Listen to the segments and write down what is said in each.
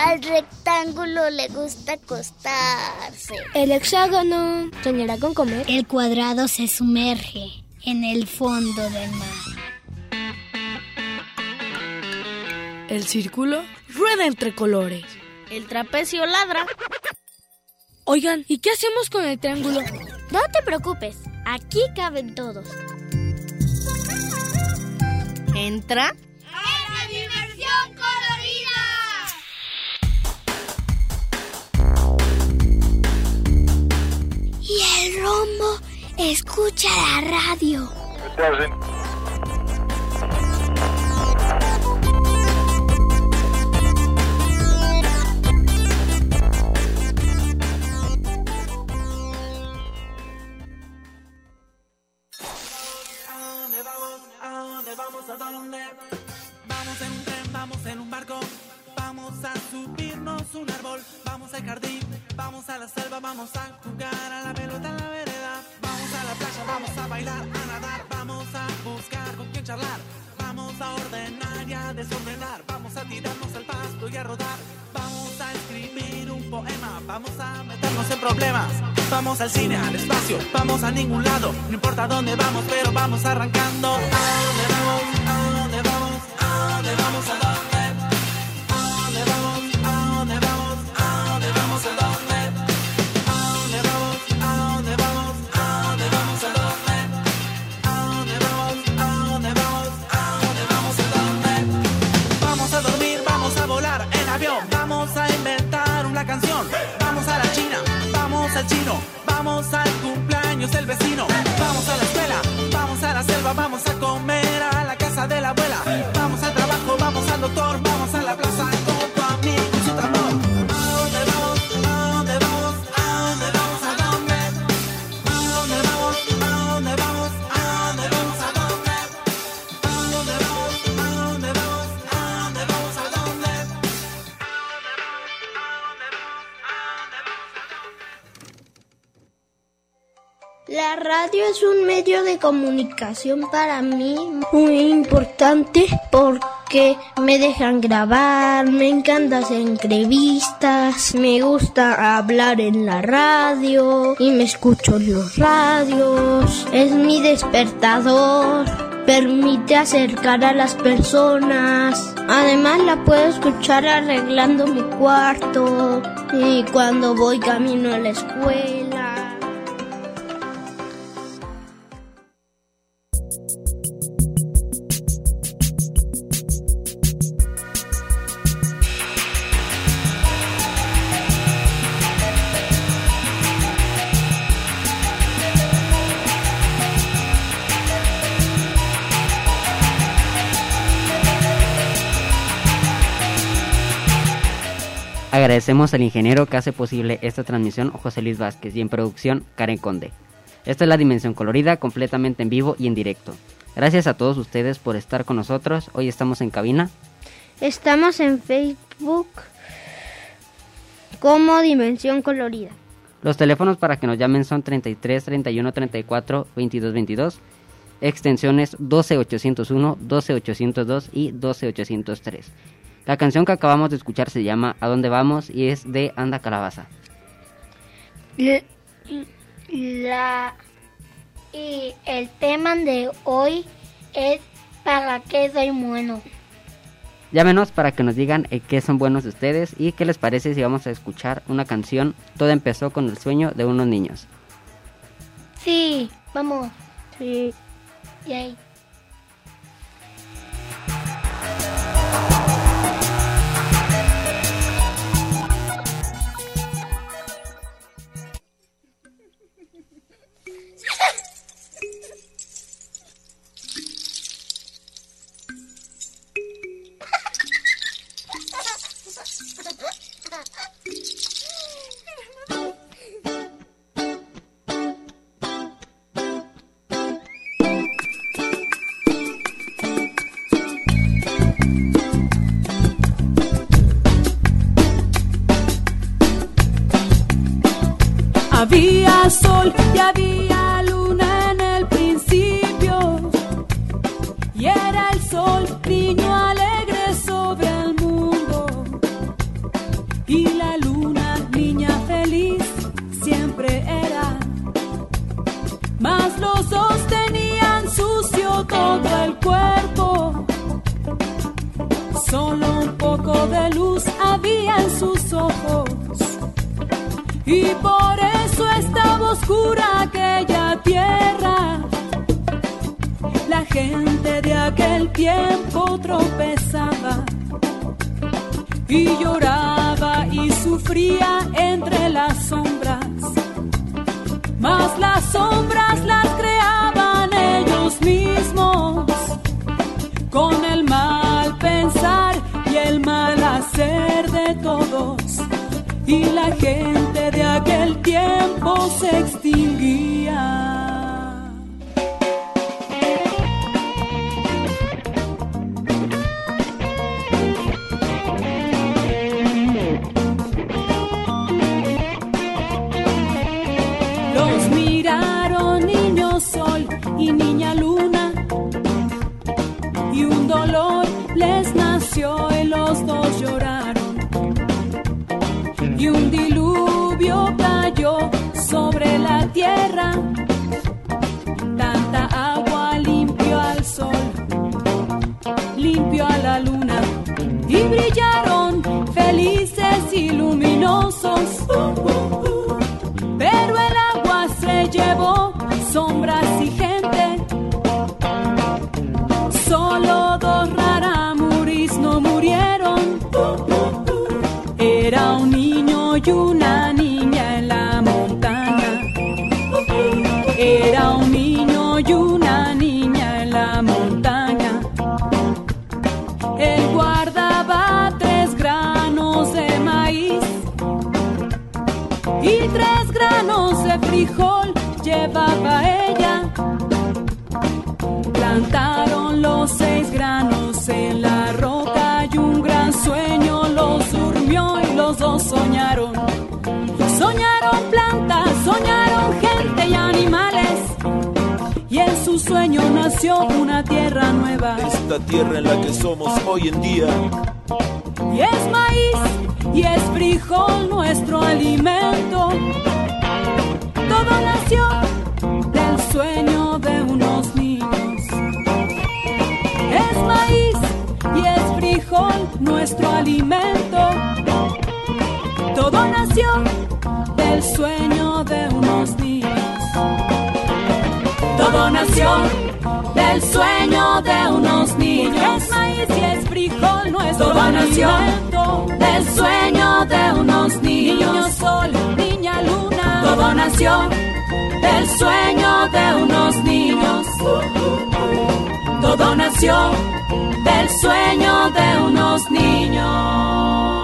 Al rectángulo le gusta acostarse. El hexágono soñará con comer. El cuadrado se sumerge en el fondo del mar. El círculo rueda entre colores. El trapecio ladra. Oigan, ¿y qué hacemos con el triángulo? No te preocupes, aquí caben todos. Entra ¡En la diversión colorida! Y el rombo escucha la radio. Vamos en un tren, vamos en un barco, vamos a subirnos un árbol, vamos al jardín, vamos a la selva, vamos a jugar a la pelota en la vereda, vamos a la playa, vamos a bailar, a nadar, vamos a buscar con quién charlar, vamos a ordenar y a desordenar, vamos a tirarnos al pasto y a rodar, vamos a escribir un poema, vamos a meternos en problemas, vamos al cine, al espacio, vamos a ningún lado, no importa dónde vamos, pero vamos arrancando. ¿A dónde vamos? ¿A dónde vamos? ¿A dónde vamos? ¿A dónde? ¿A dónde vamos? ¿A dónde vamos? ¿A dónde vamos? ¿A dónde? ¿A dónde vamos? ¿A dónde vamos? ¿A dónde vamos? ¿A dónde? ¿A dónde vamos? ¿A dónde vamos? ¿A dónde vamos? ¿A dónde? Vamos a dormir, vamos a volar en avión, vamos a inventar una canción, vamos a la China, vamos al chino, vamos al cumpleaños del vecino, vamos a la escuela, vamos a la selva, vamos a comer a la casa de la abuela, vamos al trabajo, vamos al doctor, vamos a la plaza con tu amigo y su tambor. ¿A dónde vamos? ¿A dónde vamos? ¿A dónde vamos? ¿A dónde? ¿A dónde vamos? ¿A dónde vamos? ¿A dónde vamos? ¿A dónde? ¿A dónde vamos? ¿A dónde vamos? ¿A dónde vamos? ¿A dónde? La radio es un medio de comunicación para mí muy importante porque me dejan grabar, me encanta hacer entrevistas, me gusta hablar en la radio y me escucho en los radios. Es mi despertador, permite acercar a las personas. Además la puedo escuchar arreglando mi cuarto y cuando voy camino a la escuela. Agradecemos al ingeniero que hace posible esta transmisión, José Luis Vázquez, y en producción, Karen Conde. Esta es la Dimensión Colorida, completamente en vivo y en directo. Gracias a todos ustedes por estar con nosotros. Hoy estamos en cabina. Estamos en Facebook como Dimensión Colorida. Los teléfonos para que nos llamen son 33 31 34 22 22, extensiones 12801, 12802 y 12803. La canción que acabamos de escuchar se llama ¿A dónde vamos? Y es de Anda Calabaza. Y el tema de hoy es ¿para qué soy bueno? Llámenos para que nos digan qué son buenos ustedes y qué les parece si vamos a escuchar una canción. Todo empezó con el sueño de unos niños. Sí, vamos. Sí. Yay. el cuerpo. Solo un poco de luz había en sus ojos, y por eso estaba oscura aquella tierra. La gente de aquel tiempo tropezaba y lloraba y sufría entre las sombras, mas las sombras las creaban ellos mismos, con el mal pensar y el mal hacer de todos, y la gente de aquel tiempo se extinguía. Los miraron niño sol y niña luna, y un dolor les nació y los dos lloraron, y un diluvio cayó sobre la tierra, tanta agua limpió al sol, limpió a la luna, y brillaron felices y luminosos, pero el agua se llevó sombras y gente. Solo dos rarámuris no murieron. Era un niño y una niña en la montaña. Era un niño y una niña en la montaña. Él guardaba 3 granos de maíz y 3 granos de frijol llevaba ella. Plantaron los 6 granos en la roca y un gran sueño los durmió y los dos soñaron. Soñaron plantas, soñaron gente y animales, y en su sueño nació una tierra nueva. Esta tierra en la que somos hoy en día. Y es maíz y es frijol nuestro alimento. Todo nació del sueño de unos niños. Es maíz y es frijol nuestro alimento. Todo nació del sueño de unos niños. Todo nació del sueño de unos niños. Es maíz y es frijol nuestro todo alimento. Nació del sueño de unos niños. Niño sol, niña luna. Todo nació del sueño de unos niños. Todo nació del sueño de unos niños.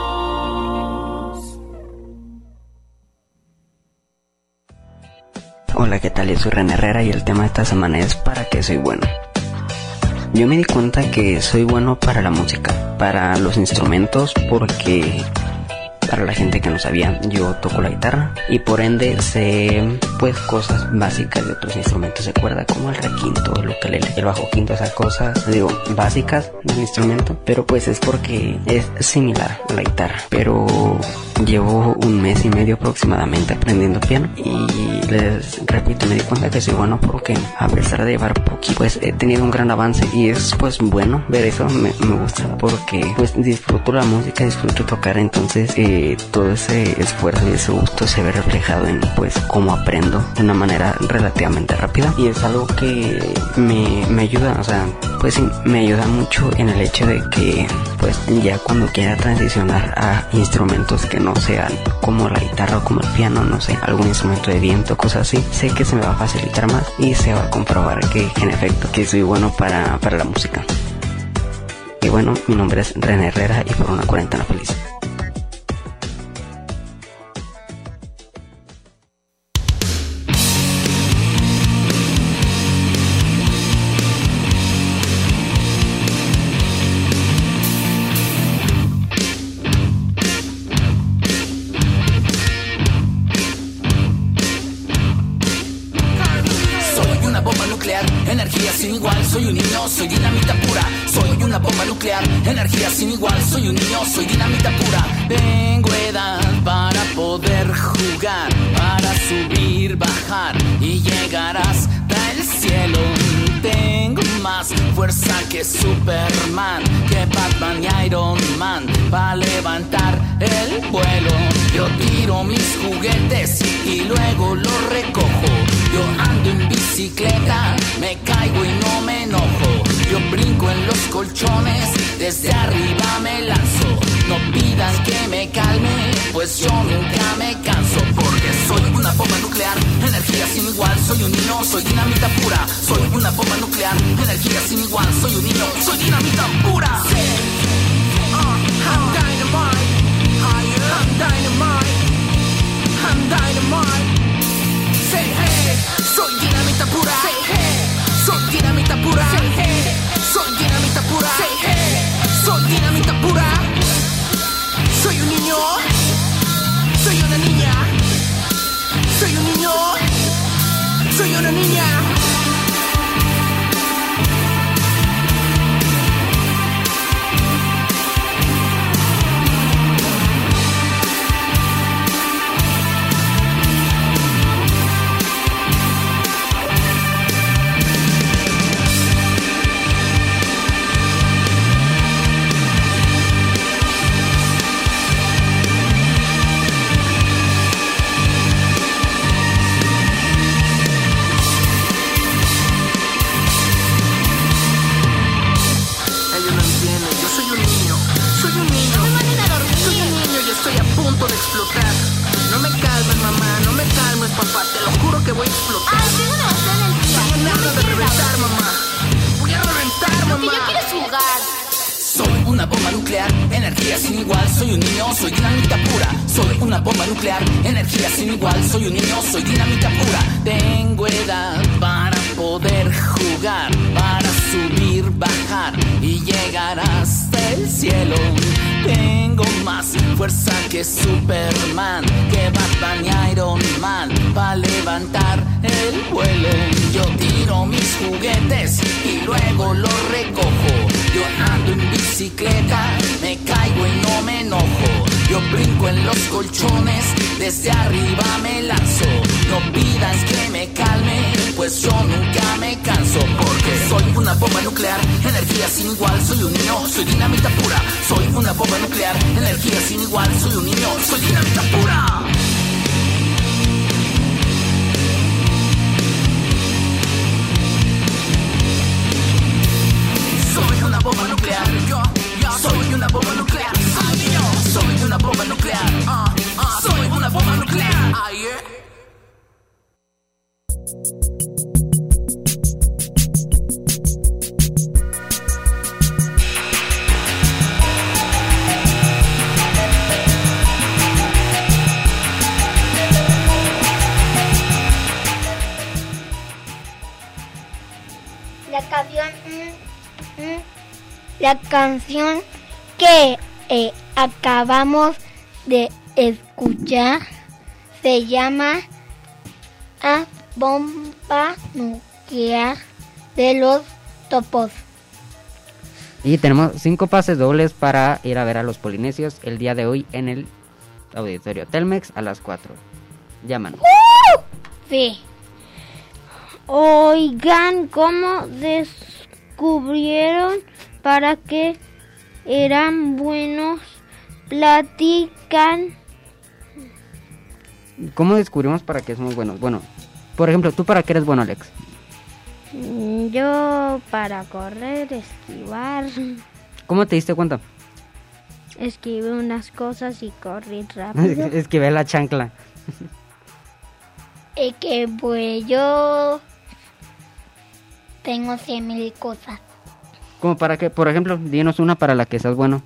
Hola, ¿qué tal? Yo soy René Herrera y el tema de esta semana es ¿para qué soy bueno? Yo me di cuenta que soy bueno para la música, para los instrumentos, porque para la gente que no sabía, yo toco la guitarra y por ende sé pues cosas básicas de otros instrumentos de cuerda como el requinto, el ukelele, el bajo quinto, esas cosas, digo, básicas del instrumento, pero pues es porque es similar a la guitarra. Pero llevo 1 mes y medio aproximadamente aprendiendo piano y les repito, me di cuenta que soy bueno porque a pesar de llevar poquito, pues he tenido un gran avance y es pues bueno ver eso, me gusta porque pues disfruto la música, disfruto tocar, entonces todo ese esfuerzo y ese gusto se ve reflejado en pues cómo aprendo de una manera relativamente rápida y es algo que me ayuda, o sea, pues sí, me ayuda mucho en el hecho de que pues ya cuando quiera transicionar a instrumentos que no sean como la guitarra o como el piano, no sé, algún instrumento de viento, cosas así, sé que se me va a facilitar más y se va a comprobar que en efecto que soy bueno para la música. Y bueno, mi nombre es René Herrera y por una cuarentena feliz. Energía sin igual, soy un niño, soy dinamita pura. Soy una bomba nuclear, energía sin igual, soy un niño, soy dinamita pura. Tengo edad para poder jugar, para subir, bajar y llegar hasta el cielo. Tengo más fuerza que Superman, que Batman y Iron Man, para levantar el vuelo. Yo tiro mis juguetes y luego los recojo. Yo ando en bicicleta, me caigo y no me enojo. Yo brinco en los colchones, desde arriba me lanzo. No pidan que me calme, pues yo nunca me canso. Porque soy una bomba nuclear, energía sin igual. Soy un niño, soy dinamita pura. Soy una bomba nuclear, energía sin igual. Soy un niño, soy dinamita pura. I'm dynamite, I'm dynamite, I'm dynamite. Say hey, soy dinamita pura. Say hey, soy dinamita pura. Say hey, soy dinamita pura. Say hey, soy dinamita pura. Soy un niño, soy una niña. Soy un niño, soy una niña. De explotar. No me calmes, mamá, no me calmes, papá, te lo juro que voy a explotar. Ay, tengo una botella en el pie. Tengo nada de reventar, mamá. Voy a reventar, mamá. Lo que yo quiero es jugar. Soy una bomba nuclear, energía sin igual. Soy un niño, soy dinamita pura. Soy una bomba nuclear, energía sin igual. Soy un niño, soy dinamita pura. Tengo edad para poder jugar, para subir, bajar y llegar hasta el cielo. Tengo más fuerza que Superman, que Batman y Iron Man, para levantar el vuelo. Yo tiro mis juguetes y luego los recojo. Yo ando en bicicleta, me caigo y no me enojo. Yo brinco en los colchones, desde arriba me lanzo. No pidas que me calme, pues yo nunca me canso. Porque soy una bomba nuclear, energía sin igual. Soy un niño, soy dinamita pura. Soy una bomba nuclear, energía sin igual. Soy un niño, soy dinamita pura. Soy una bomba nuclear, soy una bomba nuclear. Soy una bomba nuclear, soy una bomba nuclear. La canción que acabamos de escuchar se llama A Bomba Nuclear de los Topos. Y tenemos 5 pases dobles para ir a ver a los polinesios el día de hoy en el Auditorio Telmex a las 4. Llámanos. Sí. Oigan, ¿cómo descubrieron para qué eran buenos? Platican. ¿Cómo descubrimos para qué somos buenos? Bueno, por ejemplo, ¿tú para qué eres bueno, Alex? Yo para correr, esquivar. ¿Cómo te diste cuenta? Esquivé unas cosas y corrí rápido. Esquivé la chancla. Que pues yo tengo 100,000 cosas. ¿Cómo para qué? Por ejemplo, dinos una para la que seas bueno.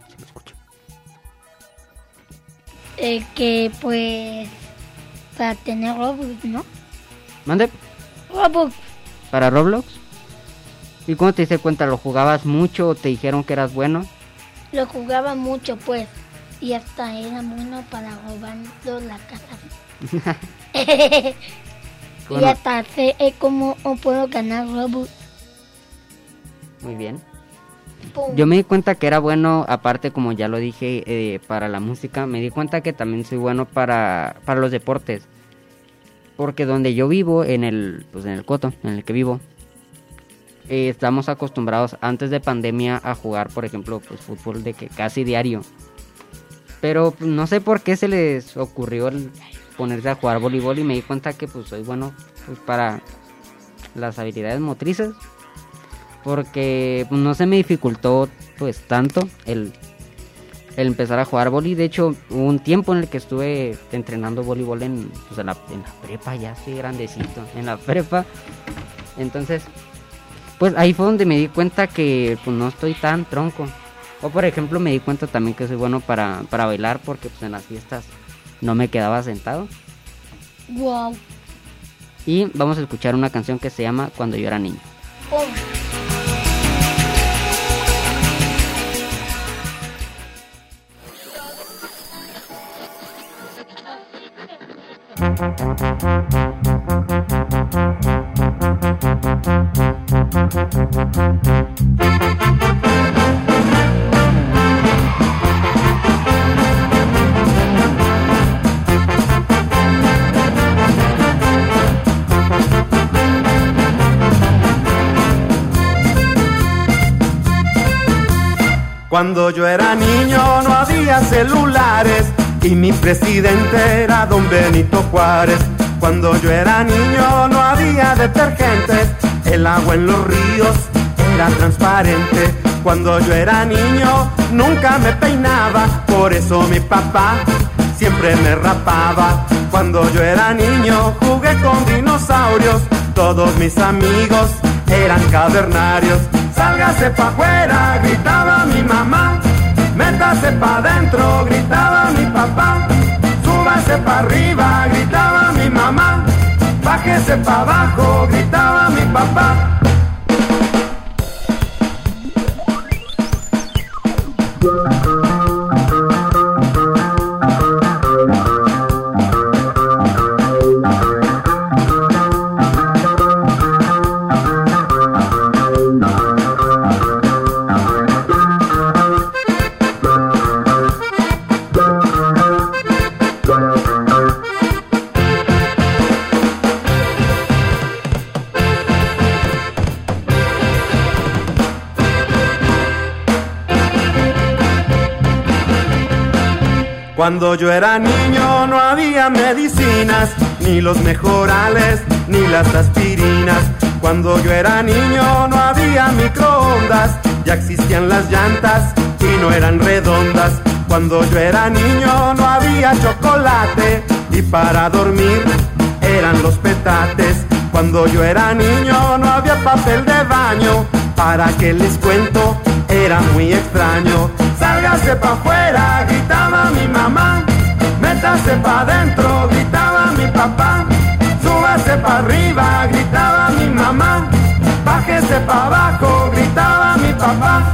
Que pues para tener Robux, ¿no? ¿Mande? Robux. ¿Para Roblox? ¿Y cómo te diste cuenta? ¿Lo jugabas mucho o te dijeron que eras bueno? Lo jugaba mucho pues. Y hasta era bueno para robando la casa. Bueno. Y hasta sé cómo puedo ganar Robux. Muy bien. Pum. Yo me di cuenta que era bueno, aparte como ya lo dije, para la música. Me di cuenta que también soy bueno para los deportes. Porque donde yo vivo, en el Coto, en el que vivo, estamos acostumbrados antes de pandemia a jugar, por ejemplo, pues fútbol de que casi diario. Pero pues, no sé por qué se les ocurrió el ponerse a jugar voleibol y me di cuenta que pues soy bueno pues, para las habilidades motrices. Porque pues, no se me dificultó pues tanto el empezar a jugar voleibol. De hecho, hubo un tiempo en el que estuve entrenando voleibol en la prepa, ya estoy grandecito, en la prepa. Entonces, pues ahí fue donde me di cuenta que pues no estoy tan tronco. O por ejemplo me di cuenta también que soy bueno para bailar, porque pues en las fiestas no me quedaba sentado. Wow. Y vamos a escuchar una canción que se llama Cuando yo era niño. Oh. Cuando yo era niño no había celulares y mi presidente era don Benito Juárez. Cuando yo era niño no había detergentes, el agua en los ríos era transparente. Cuando yo era niño nunca me peinaba, por eso mi papá siempre me rapaba. Cuando yo era niño jugué con dinosaurios, todos mis amigos eran cavernarios. Sálgase pa' afuera, gritaba mi mamá. Métase pa' dentro, gritaba mi papá. Súbase pa' arriba, gritaba mi mamá. Bájese pa' abajo, gritaba mi papá. Cuando yo era niño no había medicinas, ni los mejorales, ni las aspirinas. Cuando yo era niño no había microondas, ya existían las llantas y no eran redondas. Cuando yo era niño no había chocolate y para dormir eran los petates. Cuando yo era niño no había papel de baño, para que les cuento, era muy extraño. Sálgase pa' afuera, gritaba mi mamá. Métase pa' adentro, gritaba mi papá. Súbase pa' arriba, gritaba mi mamá. Bájese pa' abajo, gritaba mi papá.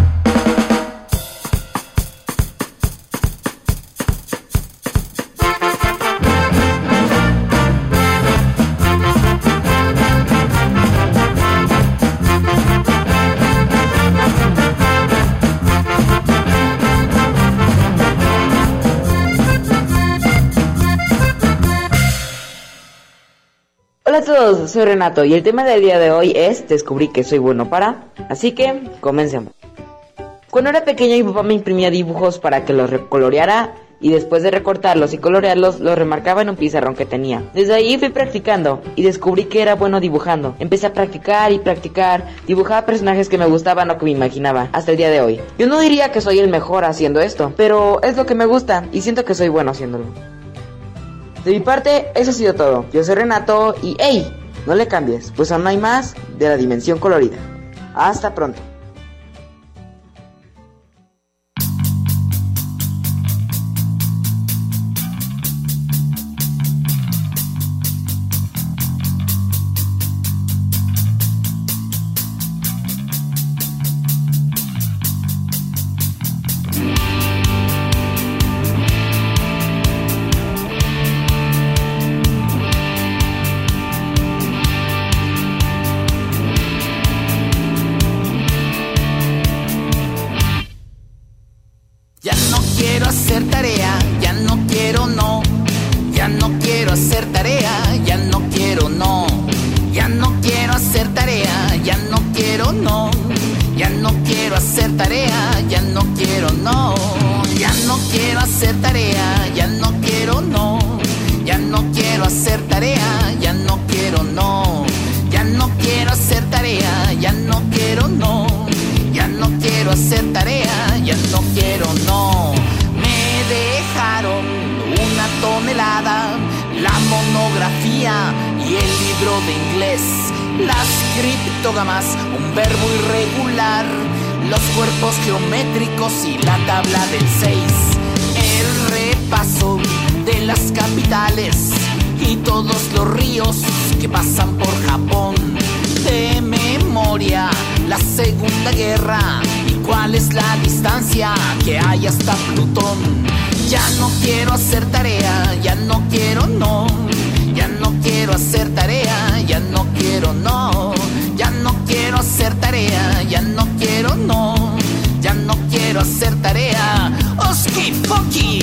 Hola a todos, soy Renato y el tema del día de hoy es descubrí que soy bueno para, así que comencemos. Cuando era pequeño mi papá me imprimía dibujos para que los coloreara y después de recortarlos y colorearlos los remarcaba en un pizarrón que tenía. Desde ahí fui practicando y descubrí que era bueno dibujando. Empecé a practicar y practicar, dibujaba personajes que me gustaban o que me imaginaba hasta el día de hoy. Yo no diría que soy el mejor haciendo esto, pero es lo que me gusta y siento que soy bueno haciéndolo. De mi parte, eso ha sido todo. Yo soy Renato y ¡hey! No le cambies, pues aún hay más de la dimensión colorida. Hasta pronto. Ya no quiero quiero, no. Ya no quiero hacer tarea, ya no quiero, no. Ya no quiero hacer tarea, ya no quiero, no. Ya no quiero hacer tarea, ya no quiero, no. Ya no quiero hacer tarea, ya no quiero, no. Ya no quiero hacer tarea, ya no quiero, no. Me dejaron una tonelada, la monografía y el libro de inglés, las criptogamas, un verbo irregular, los cuerpos geométricos y la tabla del 6, el repaso de las capitales y todos los ríos que pasan por Japón. De memoria la Segunda Guerra y cuál es la distancia que hay hasta Plutón. Ya no quiero hacer tarea, ya no quiero, no. Ya no quiero hacer tarea, ya no quiero, no. Ya no quiero hacer tarea, ya no quiero, no. Ya no quiero hacer tarea. Oski Poki.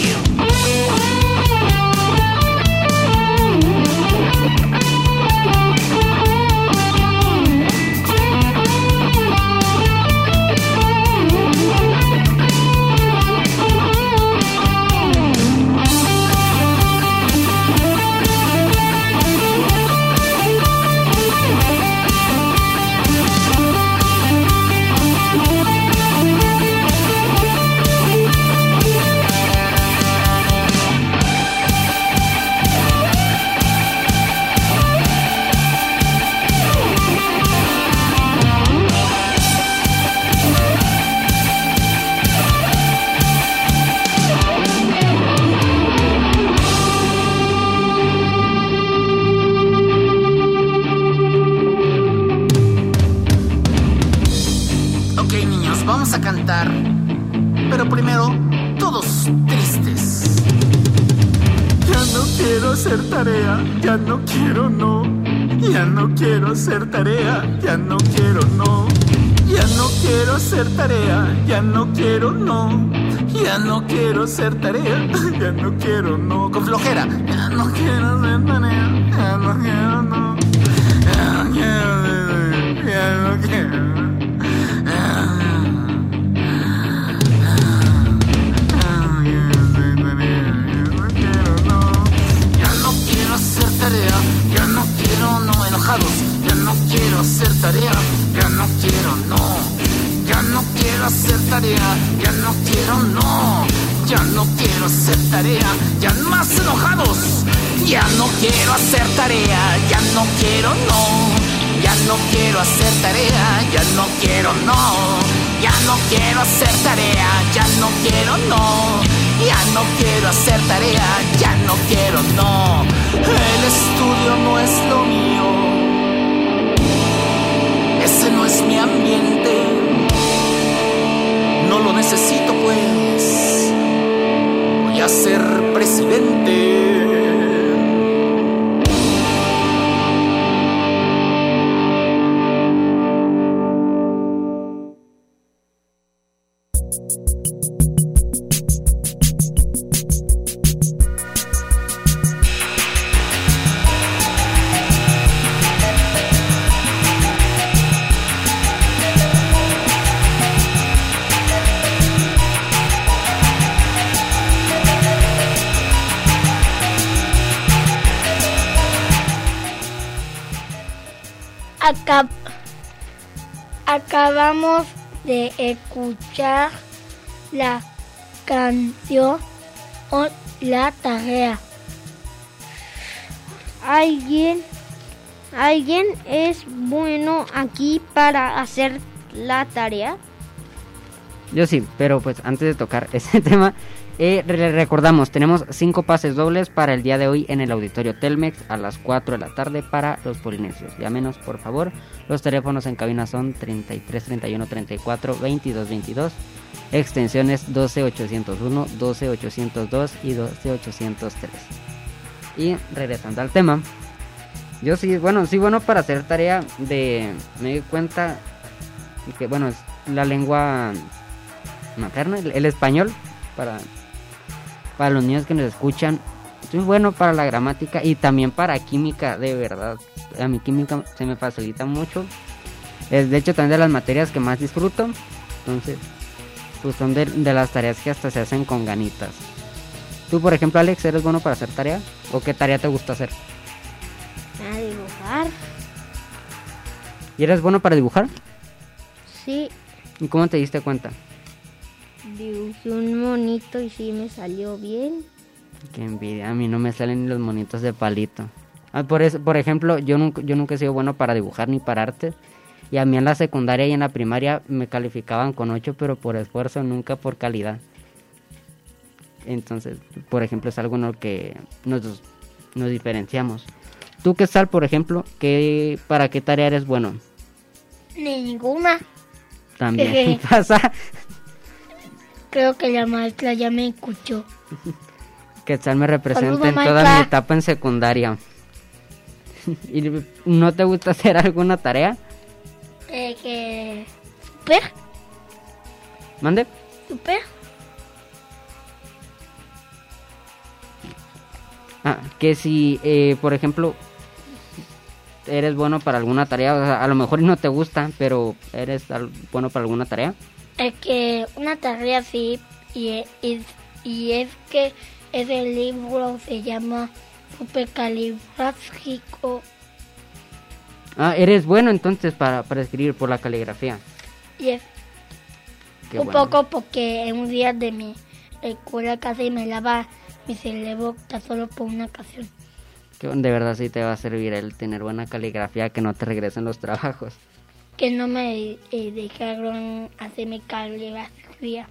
Vamos a cantar, pero primero todos tristes. Ya no quiero hacer tarea, ya no quiero, no. Ya no quiero hacer tarea, ya no quiero, no. Ya no quiero hacer tarea, ya no quiero, no. Ya no quiero hacer tarea, ya no quiero, no. Con flojera. Ya no quiero hacer tarea, ya no quiero, no. Ya no quiero, ya no quiero. Ya no quiero, no, enojados. Ya no quiero hacer tarea, ya no quiero, no. Ya no quiero hacer tarea, ya no quiero, no. Ya no quiero hacer tarea, ya más enojados. Ya no quiero hacer tarea, ya no quiero, no. Ya no quiero hacer tarea, ya no quiero, no. Ya no quiero hacer tarea, ya no quiero, no. Ya no quiero hacer tarea, ya no quiero, no. El estudio no es lo mío, ese no es mi ambiente. No lo necesito, pues voy a ser presidente. Acabamos de escuchar la canción o la tarea. ¿Alguien es bueno aquí para hacer la tarea? Yo sí, pero pues antes de tocar ese tema, recordamos, tenemos 5 pases dobles para el día de hoy en el Auditorio Telmex a las 4 de la tarde para los polinesios. Llámenos, por favor. Los teléfonos en cabina son 33 31 34 22 22, extensiones 12801, 12802 y 12803. Y regresando al tema, yo sí, bueno para hacer tarea me di cuenta que, bueno, es la lengua materna, el español, para los niños que nos escuchan. Soy bueno para la gramática y también para química, de verdad. A mi química se me facilita mucho. De hecho, también de las materias que más disfruto. Entonces, pues son de las tareas que hasta se hacen con ganitas. Tú, por ejemplo, Alex, ¿eres bueno para hacer tarea? ¿O qué tarea te gusta hacer? A dibujar. ¿Y eres bueno para dibujar? Sí. ¿Y cómo te diste cuenta? Dibujé un monito y sí me salió bien. Qué envidia, a mí no me salen ni los monitos de palito. Por ejemplo, yo nunca he sido bueno para dibujar ni para arte. Y a mí en la secundaria y en la primaria me calificaban con 8, pero por esfuerzo, nunca por calidad. Entonces, por ejemplo, es algo en lo que nos diferenciamos. Tú, ¿qué tal, por ejemplo? ¿Para qué tarea eres bueno? Ninguna. También pasa. Creo que la maestra ya me escuchó. Quetzal me representa Saludos, en toda mi etapa en secundaria. ¿Y no te gusta hacer alguna tarea? ¿Super? ¿Mande? ¿Super? Que si, por ejemplo, eres bueno para alguna tarea, o sea, a lo mejor no te gusta, pero eres bueno para alguna tarea. Es que una tarea sí, y es que ese libro se llama Supercalifrágico. Eres bueno entonces para escribir por la caligrafía. Y es un poco porque en un día de mi escuela casi me lava mi cerebro tan solo por una ocasión. De verdad sí te va a servir el tener buena caligrafía, que no te regresen los trabajos. Que no me dejaron hacer mi caligrafía.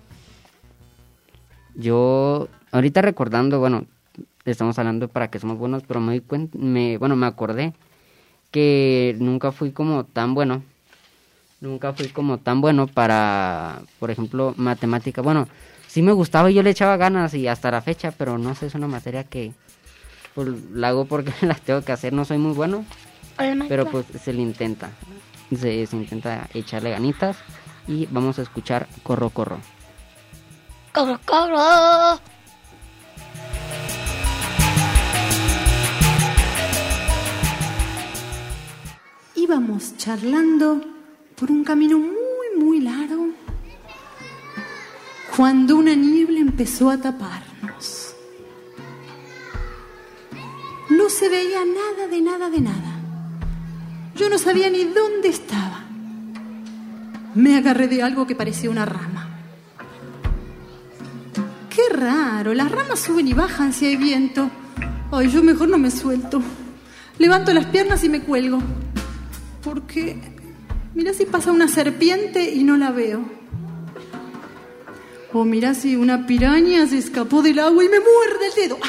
Yo, ahorita recordando, bueno, estamos hablando para que somos buenos, pero me acordé que nunca fui como tan bueno para, por ejemplo, matemática. Bueno, sí me gustaba y yo le echaba ganas y hasta la fecha, pero no sé, es una materia que pues la hago porque la tengo que hacer, no soy muy bueno, pero pues se intenta echarle ganitas y vamos a escuchar Corro, corro. ¡Corro, corro! Íbamos charlando por un camino muy, muy largo cuando una niebla empezó a taparnos. No se veía nada de nada de nada. Yo no sabía ni dónde estaba. Me agarré de algo que parecía una rama. Qué raro, las ramas suben y bajan si hay viento. Ay, yo mejor no me suelto. Levanto las piernas y me cuelgo. Porque, mira si pasa una serpiente y no la veo. O mira si una piraña se escapó del agua y me muerde el dedo. ¡Ay!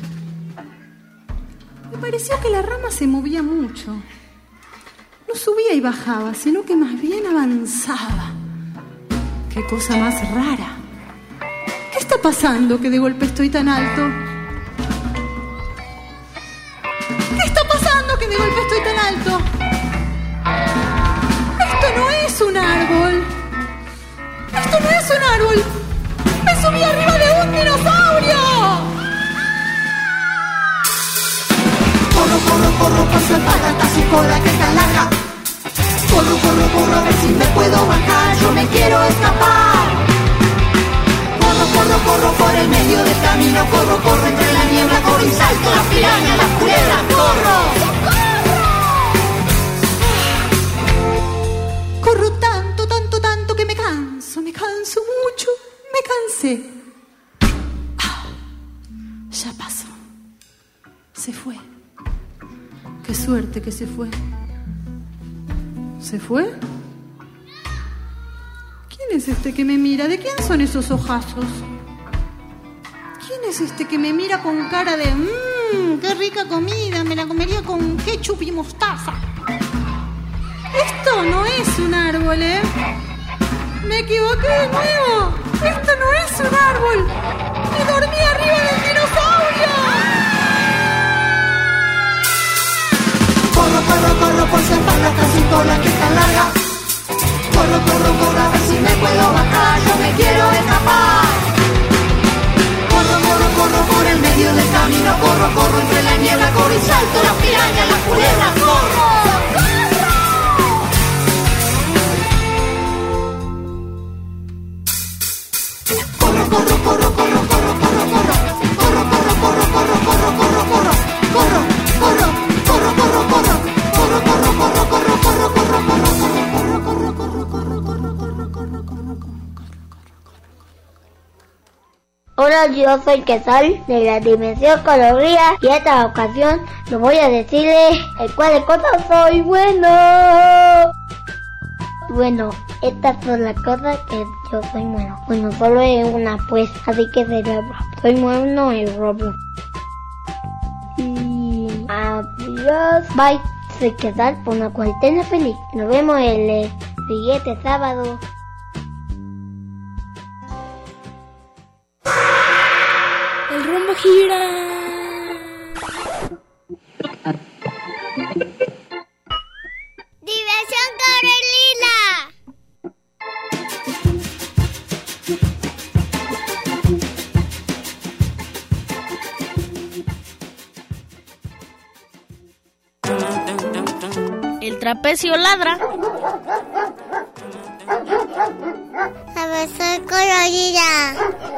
Me pareció que la rama se movía mucho. No subía y bajaba, sino que más bien avanzaba. ¡Qué cosa más rara! ¿Qué está pasando que de golpe estoy tan alto? ¿Qué está pasando que de golpe estoy tan alto? Esto no es un árbol. Esto no es un árbol. Me subí arriba de un dinosaurio. Corro, corro, corro por su espalda, su cola que es tan larga. Corro, corro, corro a ver si me puedo bajar. Yo me quiero escapar. Corro, corro, corro por el medio del camino. Corro, corro entre la niebla, corro y salto las pirañas, las culebras. Corro. Corro tanto, tanto, tanto que me canso mucho, me cansé. Ya pasó. Se fue. Qué suerte que se fue. ¿Se fue? ¿Quién es este que me mira? ¿De quién son esos ojazos? ¿Quién es este que me mira con cara de qué rica comida, me la comería con ketchup y mostaza? Esto no es un árbol, ¿eh? Me equivoqué de nuevo. Esto no es un árbol. Me dormí arriba del dinosaurio. Corro, corro, corro por su espalda hasta su cola que es tan larga. Corro, corro, corro a ver si me puedo bajar. Yo me quiero escapar. Corro, corro, corro por el medio del camino. Corro, corro entre la niebla, corro y salto las pirañas, las culebras. Corro. Hola, yo soy Quetzal de la Dimensión Coloría y esta ocasión les voy a decirles el cuál de cosas soy bueno. Bueno, estas son las cosas que yo soy bueno. Bueno, solo es una pues, así que sería soy bueno en Roblox. Y adiós, bye. Soy Quetzal por una cuarentena feliz. Nos vemos el siguiente sábado. El rumbo gira. ¡Diversión Carolina! El trapecio ladra. Diversión Carolina.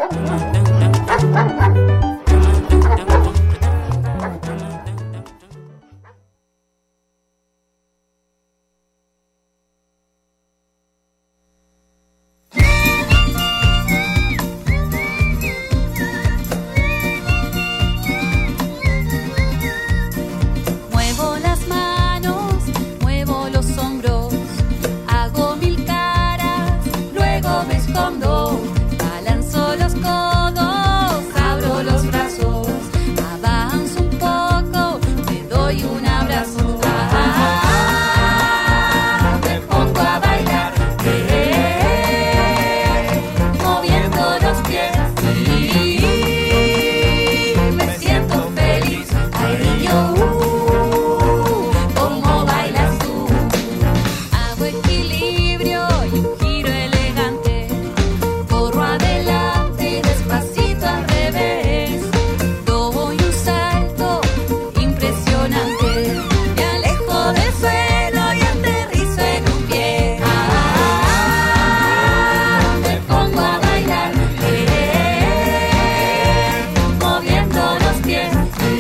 Muevo las manos, muevo los hombros, hago mil caras, luego me escondo, balanzo los codos, abro los brazos, avanzo un poco, me doy un abrazo. Me pongo a bailar, moviendo los pies, me siento feliz. Ay, yo, ¿cómo bailas tú? Hago equilibrio y un giro elegante, corro adelante y despacito al revés, doy un salto impresionante, me alejo del suelo y aterrizo en un pie. Me pongo a bailar, moviendo los pies,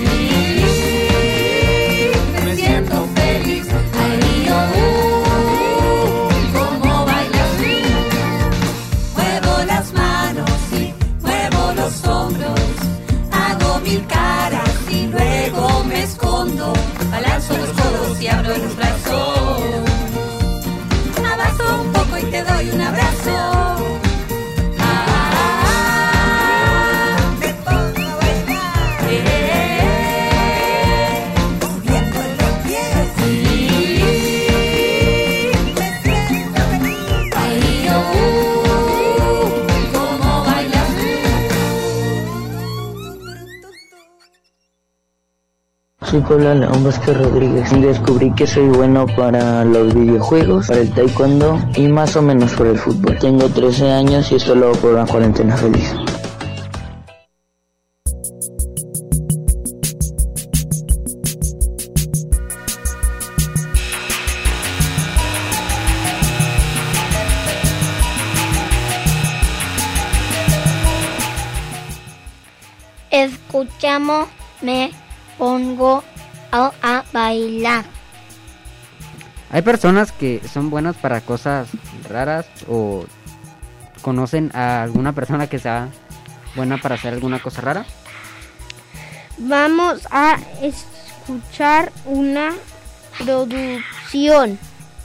me siento feliz. Ay, yo, ¿cómo bailas tú? Muevo las manos y muevo los hombros, hago mil caras y luego me escondo, balanzo los codos y abro los brazos, avanzo un poco y te doy un abrazo. Me pongo a bailar, moviendo los pies, me siento feliz. Ay, yo, ¿cómo bailas Soy Pablo León Vázquez Rodríguez y descubrí que soy bueno para los videojuegos, para el taekwondo y más o menos por el fútbol. Tengo 13 años y esto lo hago por una cuarentena feliz. Escuchamos, me pongo a bailar. Hay personas que son buenas para cosas raras o conocen a alguna persona que sea buena para hacer alguna cosa rara. Vamos a escuchar una producción.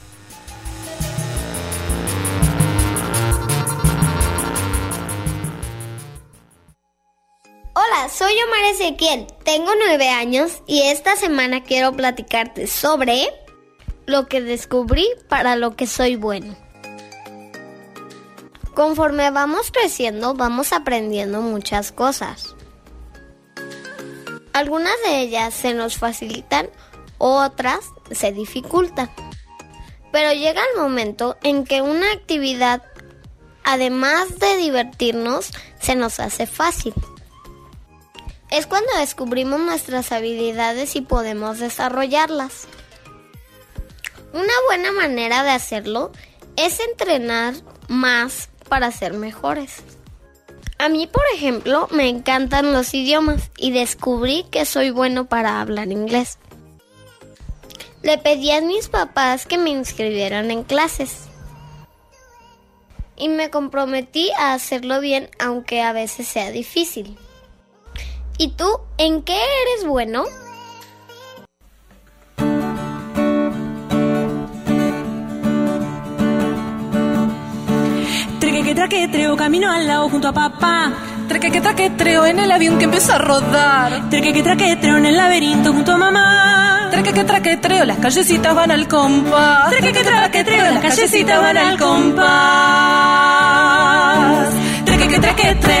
Hola, soy Omar Ezequiel, tengo 9 años y esta semana quiero platicarte sobre lo que descubrí para lo que soy bueno. Conforme vamos creciendo, vamos aprendiendo muchas cosas. Algunas de ellas se nos facilitan, otras se dificultan. Pero llega el momento en que una actividad, además de divertirnos, se nos hace fácil. Es cuando descubrimos nuestras habilidades y podemos desarrollarlas. Una buena manera de hacerlo es entrenar más para ser mejores. A mí, por ejemplo, me encantan los idiomas y descubrí que soy bueno para hablar inglés. Le pedí a mis papás que me inscribieran en clases. y me comprometí a hacerlo bien, aunque a veces sea difícil. ¿Y tú, en qué eres bueno? Traquetreo, camino al lado junto a papá. Traquetreo en el avión que empieza a rodar. Traquetreo en el laberinto junto a mamá. Traquetreo, las callecitas van al compás. Traquetreo, las callecitas van al compás. Traquetra.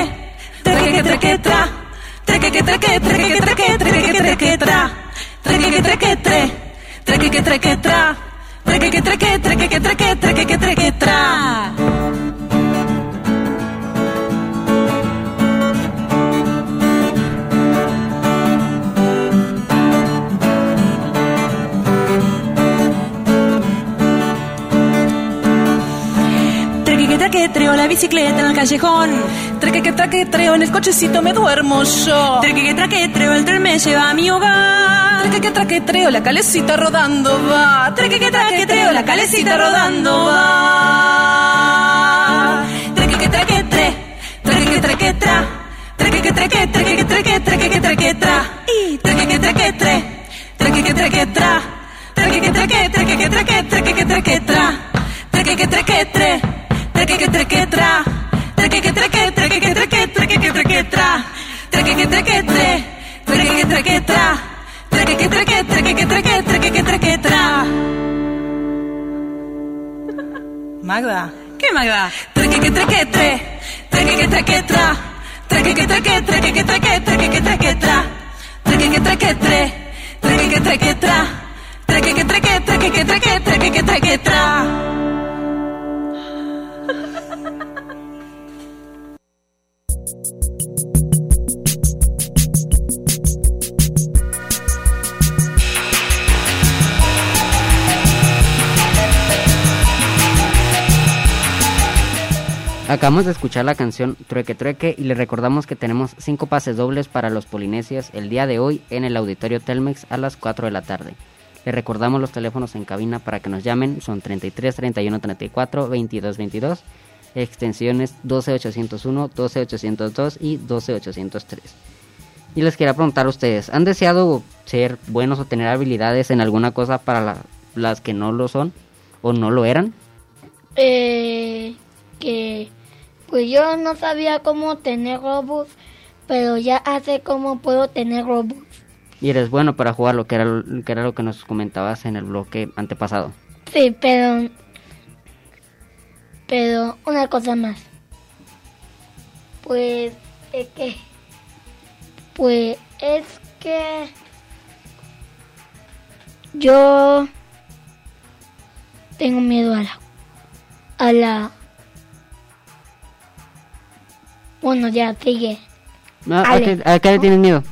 Traquetreo la bicicleta en el callejón. Traquetreo en el cochecito me duermo yo. Traquetreo el tren me lleva a mi hogar. Traquetreo la calecita rodando va. Traquetreo la calecita rodando va. Traquetra. Y Magda, ¿qué Magda? Acabamos de escuchar la canción Trueque y les recordamos que tenemos 5 pases dobles para los Polinesias el día de hoy en el Auditorio Telmex a las 4 de la tarde. Les recordamos los teléfonos en cabina para que nos llamen, son 33 31 34 22 22, extensiones 12801, 12802 y 12803. Y les quería preguntar a ustedes, ¿han deseado ser buenos o tener habilidades en alguna cosa para las que no lo son o no lo eran? Pues yo no sabía cómo tener robots, pero ya hace cómo puedo tener robots. Y eres bueno para jugar, lo que era lo que nos comentabas en el bloque antepasado. Sí, pero una cosa más. Pues es que yo tengo miedo a la bueno, ya, sigue. ¿A qué le tienes miedo?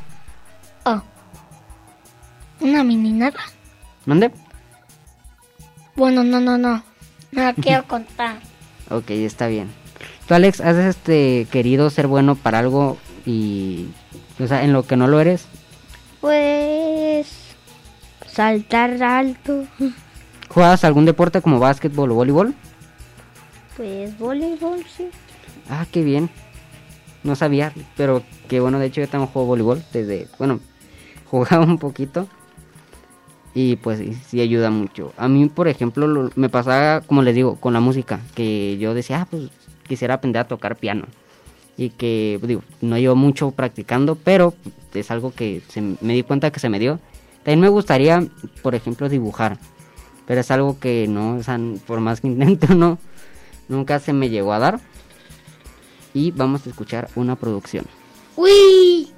Una mini nada. ¿Mande? Bueno, no la quiero contar. Ok, está bien. ¿Tú, Alex, has querido ser bueno para algo y, o sea, en lo que no lo eres? Pues saltar alto. ¿Juegas algún deporte como básquetbol o voleibol? Pues voleibol, sí. Ah, qué bien. No sabía, pero que bueno, de hecho yo también juego voleibol jugaba un poquito y pues sí ayuda mucho. A mí, por ejemplo, me pasaba, como les digo, con la música, que yo decía, pues quisiera aprender a tocar piano y que, no llevo mucho practicando, pero es algo que me di cuenta que se me dio. También me gustaría, por ejemplo, dibujar, pero es algo que no, o sea, por más que intento, nunca se me llegó a dar. Y vamos a escuchar una producción. ¡Uy!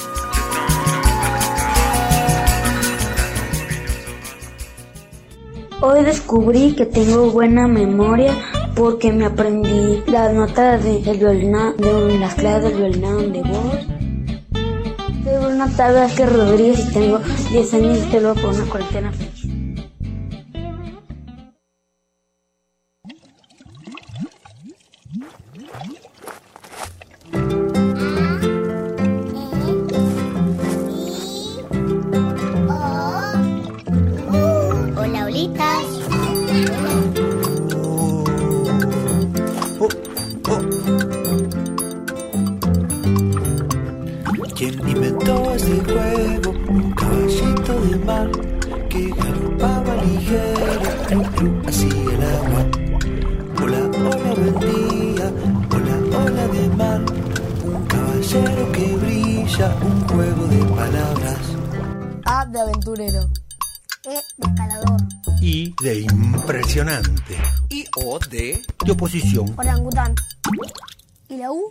Hoy descubrí que tengo buena memoria porque me aprendí las notas del violín, de las claves del violín de voz. Soy Bruno Vázquez Rodríguez y tengo 10 años y te lo por una cuarentena feliz. ¿Quién inventó este juego? Un caballito de mar que galopaba ligero, así el agua. Hola, hola, buen día. Hola, hola de mar. Un caballero que brilla, un juego de palabras. A de aventurero. E de escalador. I de impresionante. Y O de oposición. Orangután. ¿Y la U?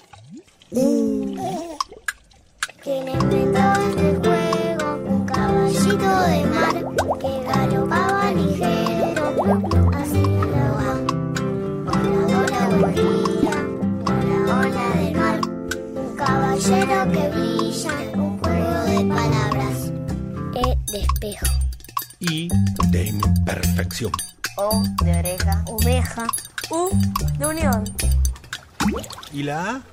¿Quién inventó este juego? Un caballito de mar que galopaba ligero, así el agua. Hola, hola, buen día. Hola, hola del mar. Un caballero que brilla, un juego de palabras. E de espejo. I de imperfección. O de oreja. Oveja. U de unión. ¿Y la A?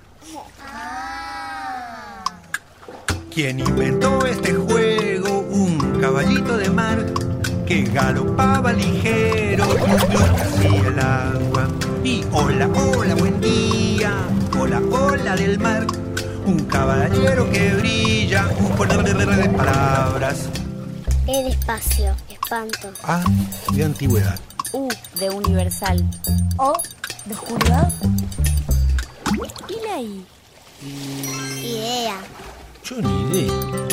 ¿Quién inventó este juego? Un caballito de mar que galopaba ligero, así el agua. Y hola, hola, buen día. Hola, hola del mar. Un caballero que brilla, un juego de palabras. E de espacio, espanto. A de antigüedad. U de universal. O de oscuridad. ¿Y la I? Idea. Yo ni idea.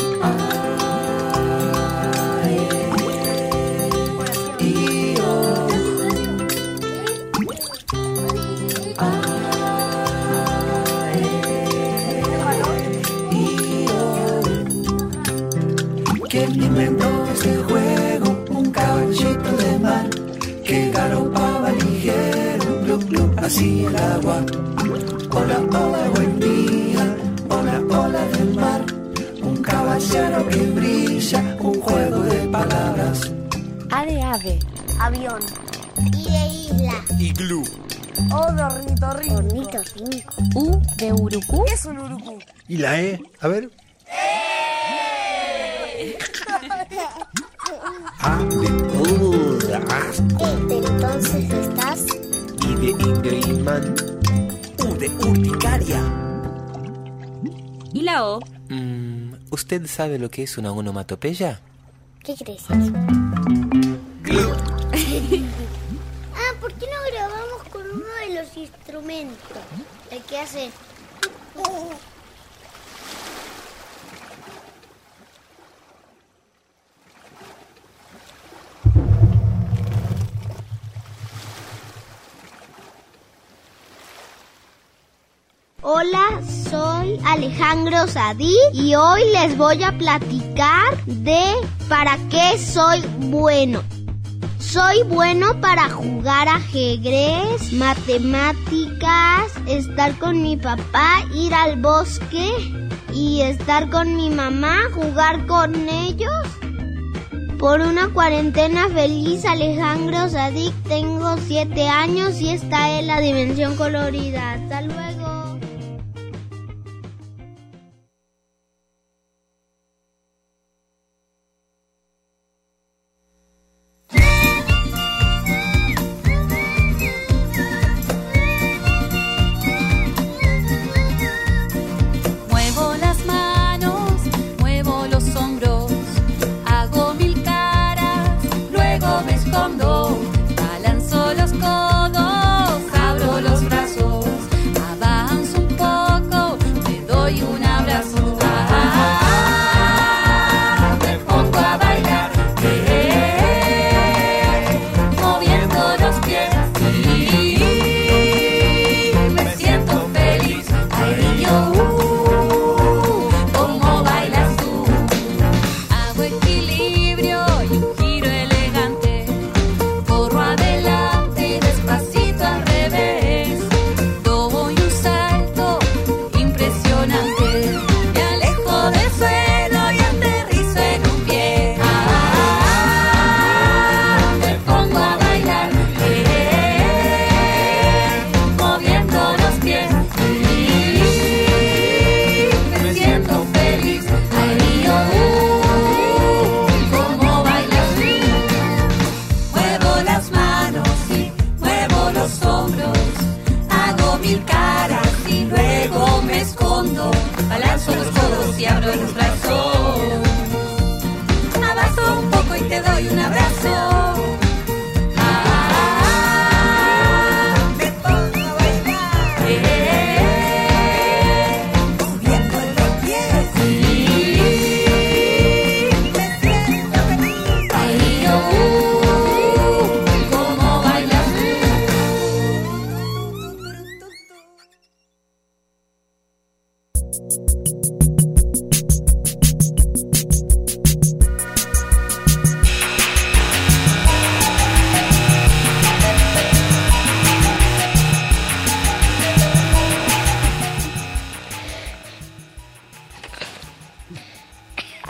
¿Quién inventó este juego? Un caballito de mar que galopaba ligero, glup, glup, así el agua. Hola, hola, buen día. Hola, hola del mar. Un caballero que brilla, un juego de palabras. A de ave. Avión. Y de isla. Iglú. O de ornitorrinco. Ornitorrinco. U de urucú. ¿Qué es un urucú? ¿Y la E? A ver. A de asco. De entonces estás. I de Ingridman. U de urticaria. ¿Y la O? ¿Usted sabe lo que es una onomatopeya? ¿Qué crees? ¿Por qué no grabamos con uno de los instrumentos? El que hace... Hola, soy Alejandro Sadí y hoy les voy a platicar de para qué soy bueno. Soy bueno para jugar ajedrez, matemáticas, estar con mi papá, ir al bosque y estar con mi mamá, jugar con ellos. Por una cuarentena feliz, Alejandro Sadik, tengo 7 años y esta es la dimensión colorida. Hasta luego. Muevo las manos, muevo los hombros, hago mil caras, luego me escondo, balanzo los codos, abro los brazos, abajo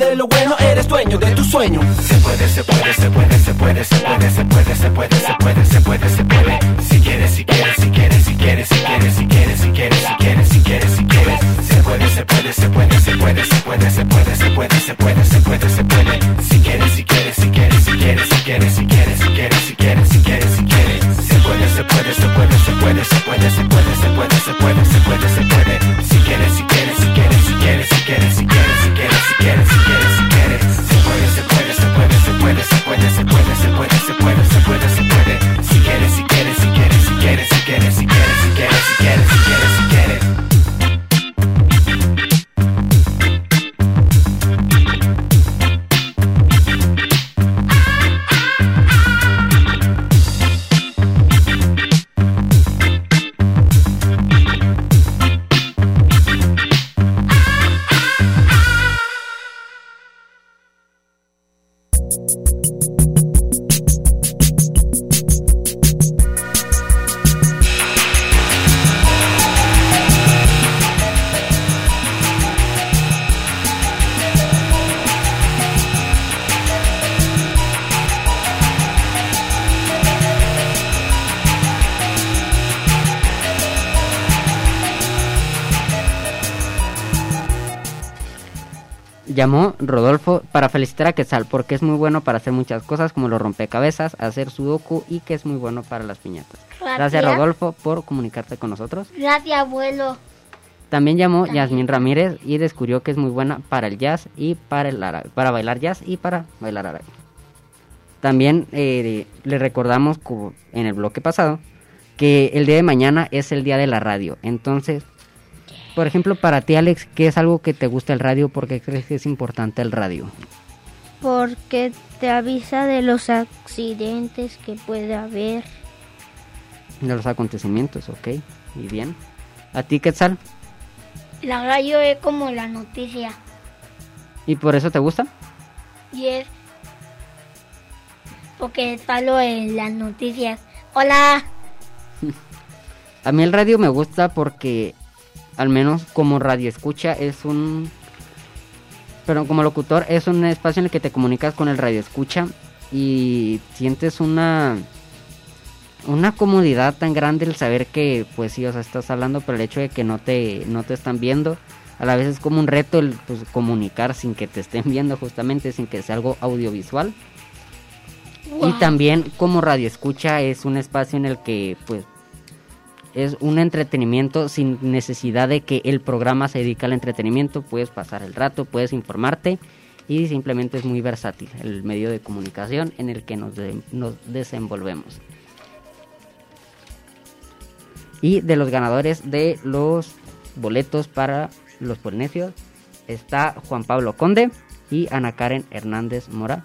de lo bueno, eres dueño de tu sueño. Se puede, se puede, se puede, se puede, se puede, se puede, se puede, se puede, se puede, se puede. Si quieres, si quieres, si quieres, si quieres, si quieres, si quieres, si quieres, si quieres, si quieres, si quieres. Se puede, se puede, se puede, se puede, se puede, se puede, se puede, se puede, se puede, se puede. Si quieres, si quieres, si quieres, si quieres, si quieres, si quieres, si quieres, si quieres, si quieres, si quieres. Se puede, se puede, se puede, se puede, se puede, se puede, se puede, se puede, se puede, se puede. Si quieres, si quieres, si quieres, si quieres, si quieres, si quieres, si quieres, si quieres, si quieres, si quieres. Se puede, se puede, se puede, se puede, se puede, se puede, se puede, se puede, se puede, se puede. Si quieres, si quieres, si quieres, si quieres, si quieres, si quieres, si quieres, si quieres, si quieres, si quieres. Llamó Rodolfo para felicitar a Quetzal porque es muy bueno para hacer muchas cosas como los rompecabezas, hacer sudoku y que es muy bueno para las piñatas. Gracias Rodolfo por comunicarte con nosotros. Gracias, abuelo. También llamó Yasmín Ramírez y descubrió que es muy buena para el jazz y para el árabe, para bailar jazz y para bailar árabe. También le recordamos en el bloque pasado que el día de mañana es el día de la radio. Entonces, por ejemplo, para ti, Alex, ¿qué es algo que te gusta el radio? ¿Por qué crees que es importante el radio? Porque te avisa de los accidentes que puede haber. De los acontecimientos, ok. Muy bien. ¿A ti, Quetzal? La radio es como la noticia. ¿Y por eso te gusta? Y es porque falo en las noticias. Hola. A mí el radio me gusta porque, al menos como radio escucha, pero como locutor es un espacio en el que te comunicas con el radio escucha y sientes una comodidad tan grande el saber que, pues sí, o sea, estás hablando, pero el hecho de que no te están viendo, a la vez es como un reto el comunicar sin que te estén viendo, justamente, sin que sea algo audiovisual. Wow. Y también como radio escucha es un espacio en el que, pues, es un entretenimiento sin necesidad de que el programa se dedique al entretenimiento. Puedes pasar el rato, puedes informarte y simplemente es muy versátil el medio de comunicación en el que nos desenvolvemos. Y de los ganadores de los boletos para los polinesios está Juan Pablo Conde y Ana Karen Hernández Mora.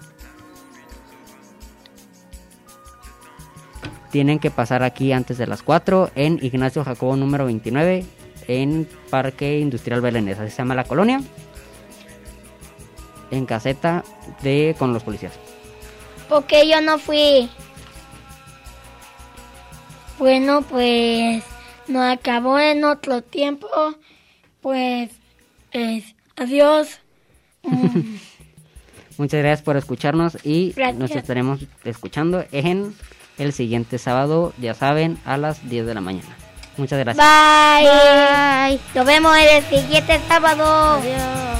Tienen que pasar aquí antes de las 4 en Ignacio Jacobo número 29 en Parque Industrial Belenés, así se llama la colonia, en caseta con los policías. Porque yo no fui. Bueno, pues nos acabó en otro tiempo. Pues adiós. Muchas gracias por escucharnos y gracias. Nos estaremos escuchando en el siguiente sábado, ya saben, a las 10 de la mañana. Muchas gracias. Bye. Nos vemos el siguiente sábado. Adiós.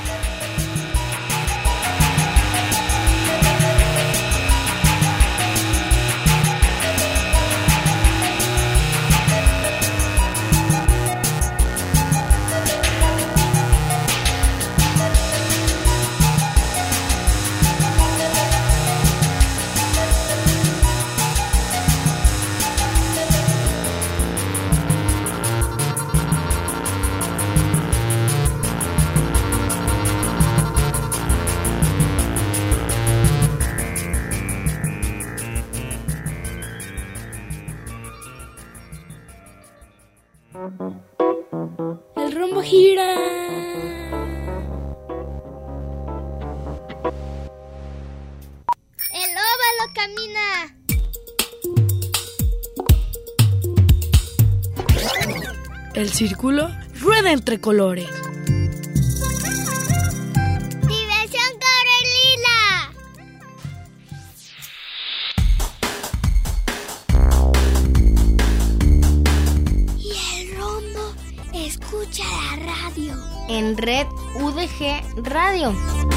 El rumbo gira. El óvalo camina. El círculo rueda entre colores. Diversión en Red UDG Radio.